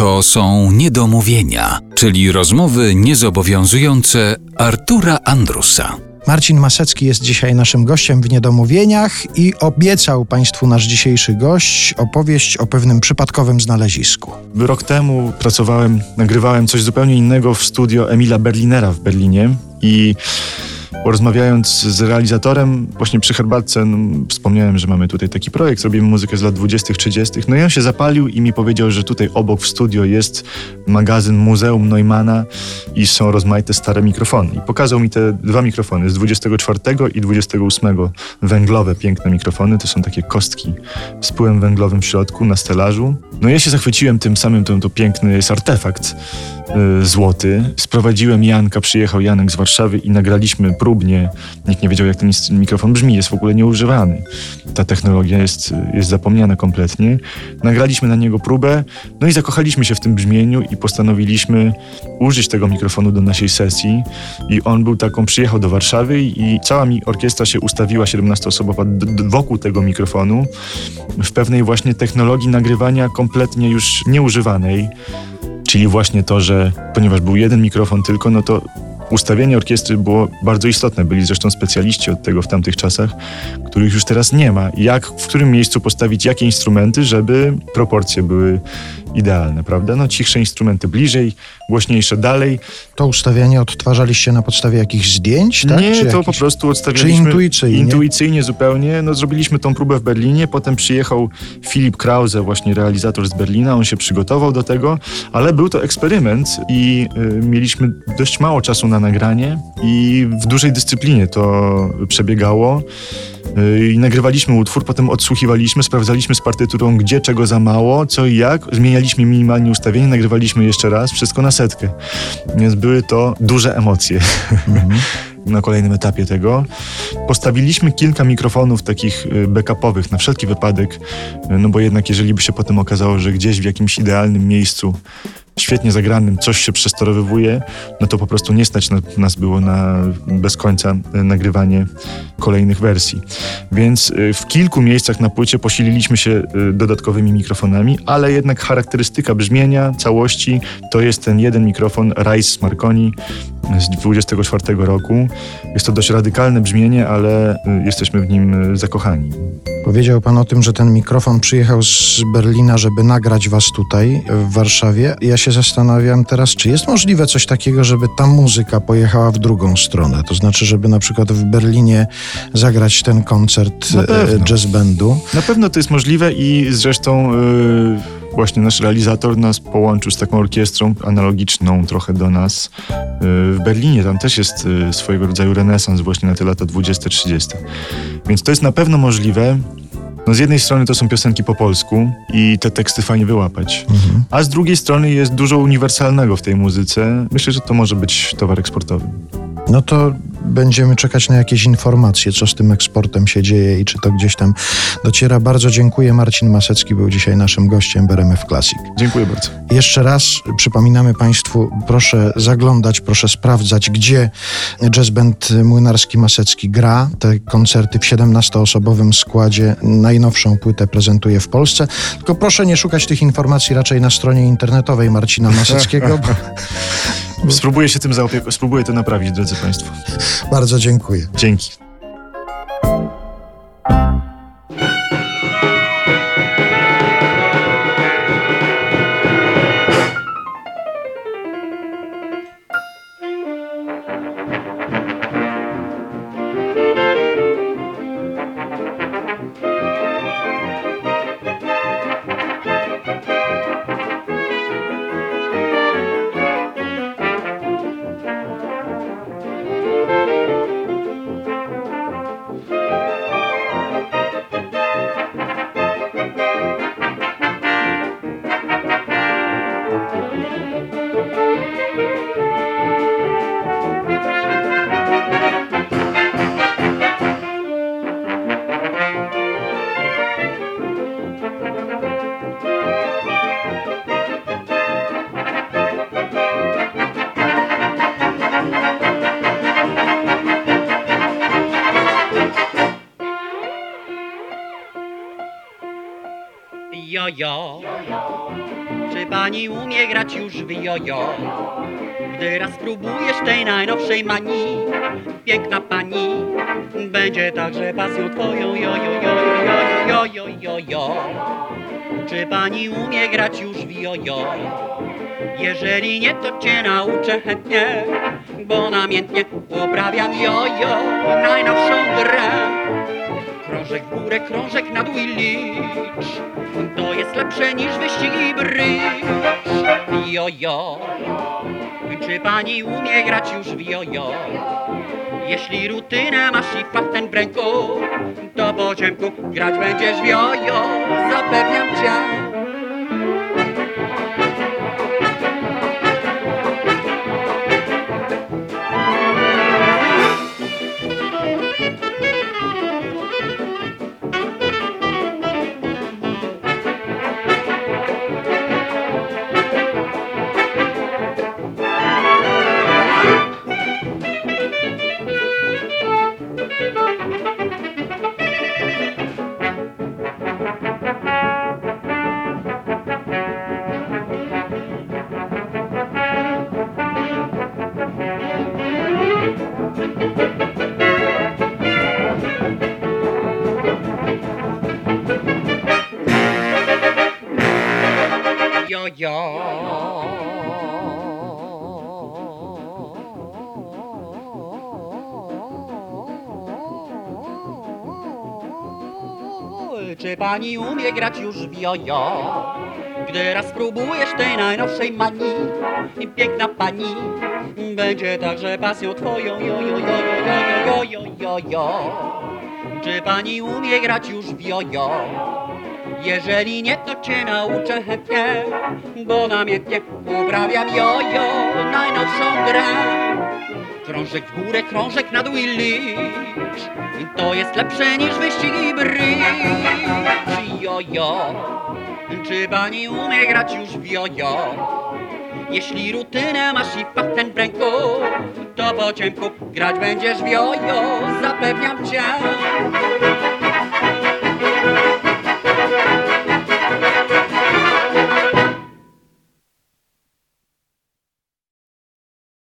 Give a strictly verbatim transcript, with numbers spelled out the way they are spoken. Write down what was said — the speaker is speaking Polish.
To są niedomówienia, czyli rozmowy niezobowiązujące Artura Andrusa. Marcin Masecki jest dzisiaj naszym gościem w Niedomówieniach i obiecał Państwu nasz dzisiejszy gość opowieść o pewnym przypadkowym znalezisku. Rok temu pracowałem, nagrywałem coś zupełnie innego w studio Emila Berlinera w Berlinie i porozmawiając z realizatorem właśnie przy herbatce, no, wspomniałem, że mamy tutaj taki projekt, robimy muzykę z lat dwudziestych, trzydziestych. No i on się zapalił i mi powiedział, że tutaj obok w studio jest magazyn Muzeum Neumana i są rozmaite stare mikrofony. I pokazał mi te dwa mikrofony z dwudziestego czwartego i dwudziestego ósmego. Węglowe, piękne mikrofony. To są takie kostki z pyłem węglowym w środku na stelażu. No ja się zachwyciłem tym samym, to, to piękny jest artefakt yy, złoty. Sprowadziłem Janka, przyjechał Janek z Warszawy i nagraliśmy próbnie. Nikt nie wiedział, jak ten mikrofon brzmi, jest w ogóle nieużywany. Ta technologia jest, jest zapomniana kompletnie. Nagraliśmy na niego próbę, no i zakochaliśmy się w tym brzmieniu i postanowiliśmy użyć tego mikrofonu do naszej sesji. I on był taką, przyjechał do Warszawy i cała mi orkiestra się ustawiła, siedemnastoosobowa, d- d- wokół tego mikrofonu w pewnej właśnie technologii nagrywania kompletnie już nieużywanej. Czyli właśnie to, że ponieważ był jeden mikrofon tylko, no to ustawienie orkiestry było bardzo istotne. Byli zresztą specjaliści od tego w tamtych czasach, których już teraz nie ma. Jak, w którym miejscu postawić jakie instrumenty, żeby proporcje były idealne, prawda? No cichsze instrumenty bliżej, głośniejsze dalej. To ustawianie odtwarzaliście na podstawie jakichś zdjęć, tak? Nie, Czy to jakiś... po prostu odstawialiśmy... Czy intuicyjnie? Intuicyjnie zupełnie. No zrobiliśmy tą próbę w Berlinie, potem przyjechał Filip Krause, właśnie realizator z Berlina, on się przygotował do tego, ale był to eksperyment i y, mieliśmy dość mało czasu na nagranie i w dużej dyscyplinie to przebiegało. I nagrywaliśmy utwór, potem odsłuchiwaliśmy, sprawdzaliśmy z partyturą, gdzie czego za mało, co i jak. Zmienialiśmy minimalnie ustawienie, nagrywaliśmy jeszcze raz, wszystko na setkę. Więc były to duże emocje. Mm-hmm. Na kolejnym etapie tego. Postawiliśmy kilka mikrofonów takich backupowych na wszelki wypadek, no bo jednak jeżeli by się potem okazało, że gdzieś w jakimś idealnym miejscu świetnie zagranym coś się przestorowywuje, no to po prostu nie stać na, nas było na bez końca nagrywanie kolejnych wersji. Więc w kilku miejscach na płycie posililiśmy się dodatkowymi mikrofonami, ale jednak charakterystyka brzmienia całości to jest ten jeden mikrofon Rice Marconi z dwudziestego czwartego roku. Jest to dość radykalne brzmienie, ale jesteśmy w nim zakochani. Powiedział pan o tym, że ten mikrofon przyjechał z Berlina, żeby nagrać was tutaj w Warszawie. Ja się zastanawiam teraz, czy jest możliwe coś takiego, żeby ta muzyka pojechała w drugą stronę? To znaczy, żeby na przykład w Berlinie zagrać ten koncert jazz bandu? Na pewno to jest możliwe i zresztą yy, właśnie nasz realizator nas połączył z taką orkiestrą analogiczną trochę do nas yy, w Berlinie. Tam też jest yy, swojego rodzaju renesans właśnie na te lata dwudzieste, trzydzieste. Więc to jest na pewno możliwe. No z jednej strony to są piosenki po polsku i te teksty fajnie wyłapać, mhm. a z drugiej strony jest dużo uniwersalnego w tej muzyce. Myślę, że to może być towar eksportowy. No to będziemy czekać na jakieś informacje, co z tym eksportem się dzieje i czy to gdzieś tam dociera. Bardzo dziękuję. Marcin Masecki był dzisiaj naszym gościem w R M F Classic. Dziękuję bardzo. Jeszcze raz przypominamy Państwu, proszę zaglądać, proszę sprawdzać, gdzie jazz band Młynarski Masecki gra. Te koncerty w siedemnastoosobowym składzie. Najnowszą płytę prezentuje w Polsce. Tylko proszę nie szukać tych informacji raczej na stronie internetowej Marcina Maseckiego. Bo... Spróbuję się tym zaopiekować, spróbuję to naprawić, drodzy Państwo. Bardzo dziękuję. Dzięki. Ja, ja, czy Czy pani umie grać już w jojo? Gdy raz spróbujesz tej najnowszej manii, piękna pani będzie także pasją twoją. Jo, jo, jo, jo, jo, jo, jo, jo. Czy pani umie grać już w jojo? Jeżeli nie, to cię nauczę chętnie, bo namiętnie uprawiam jojo, najnowszą grę. Krążek w górę, krążek na dół i licz, to jest lepsze niż wyścig i brycz. Jojo, czy pani umie grać już w jojo? Jeśli rutynę masz i fach ten w ręku, to po ciemku grać będziesz w jojo, zapewniam cię. Jojo. Czy pani umie grać już w jojo? Gdy raz spróbujesz tej najnowszej manii, piękna pani będzie także pasją twoją. Jo, jo, jo, jo, jo, jo, jo. Czy pani umie grać już w jojo? Jeżeli nie, to cię nauczę chętnie, bo namiętnie uprawiam jojo, najnowszą grę. Krążek w górę, krążek na dół i licz, to jest lepsze niż wyścig i brycz. Jojo, czy pani umie grać już w jojo? Jeśli rutynę masz i fach ten w ręku, to po ciemku grać będziesz w jojo, zapewniam cię.